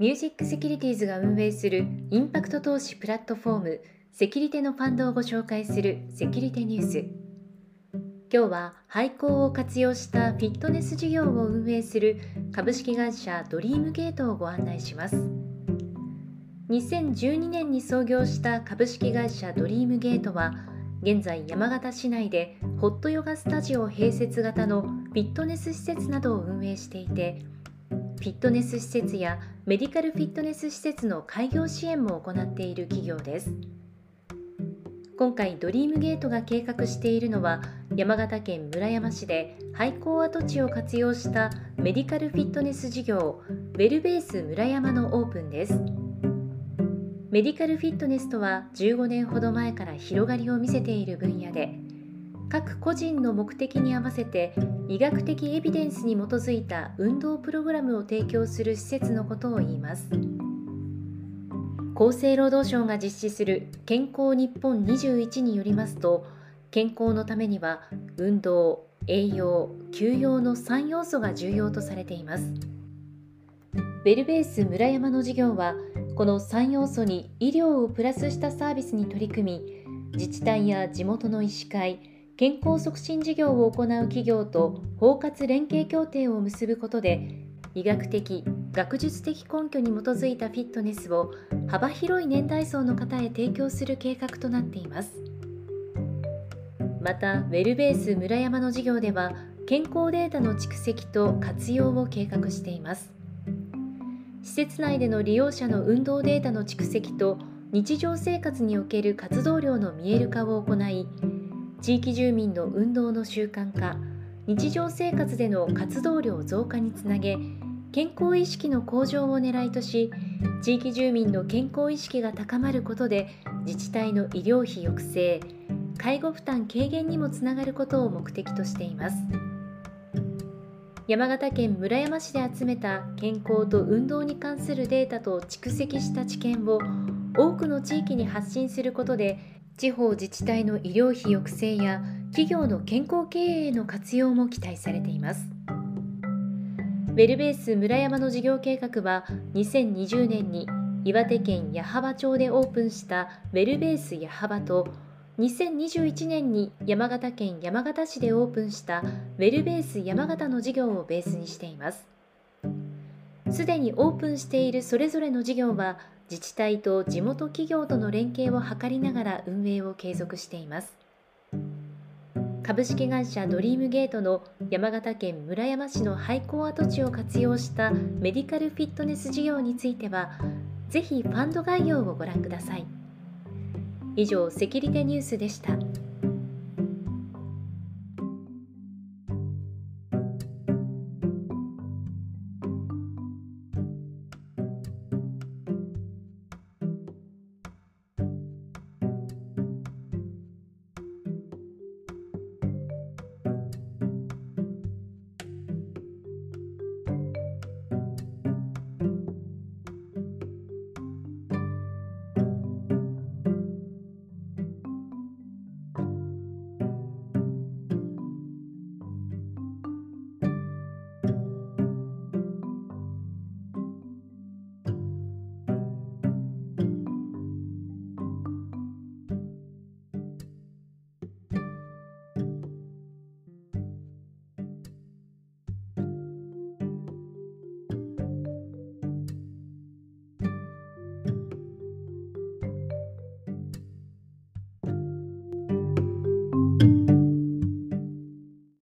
ミュージックセキュリティーズが運営するインパクト投資プラットフォームセキュリテのファンドをご紹介するセキュリテニュース。今日は廃校を活用したフィットネス事業を運営する株式会社ドリームゲートをご案内します。2012年に創業した株式会社ドリームゲートは現在山形市内でホットヨガスタジオ併設型のフィットネス施設などを運営していて、フィットネス施設やメディカルフィットネス施設の開業支援も行っている企業です。今回ドリームゲートが計画しているのは山形県村山市で廃校跡地を活用したメディカルフィットネス事業ウェルベース村山のオープンです。メディカルフィットネスとは15年ほど前から広がりを見せている分野で、各個人の目的に合わせて医学的エビデンスに基づいた運動プログラムを提供する施設のことを言います。厚生労働省が実施する健康日本21によりますと、健康のためには運動、栄養、休養の3要素が重要とされています。ウェルベース村山の事業はこの3要素に医療をプラスしたサービスに取り組み、自治体や地元の医師会、健康促進事業を行う企業と包括連携協定を結ぶことで、医学的・学術的根拠に基づいたフィットネスを幅広い年代層の方へ提供する計画となっています。また、ウェルベース村山の事業では、健康データの蓄積と活用を計画しています。施設内での利用者の運動データの蓄積と日常生活における活動量の見える化を行い、地域住民の運動の習慣化、日常生活での活動量増加につなげ、健康意識の向上を狙いとし、地域住民の健康意識が高まることで自治体の医療費抑制、介護負担軽減にもつながることを目的としています。山形県村山市で集めた健康と運動に関するデータと蓄積した知見を多くの地域に発信することで、地方自治体の医療費抑制や企業の健康経営への活用も期待されています。ウェルベース村山の事業計画は2020年に岩手県矢巾町でオープンしたウェルベース矢巾と、2021年に山形県山形市でオープンしたウェルベース山形の事業をベースにしています。すでにオープンしているそれぞれの事業は自治体と地元企業との連携を図りながら運営を継続しています。株式会社ドリームゲートの山形県村山市の廃校跡地を活用したメディカルフィットネス事業については、ぜひファンド概要をご覧ください。以上、セキュリテニュースでした。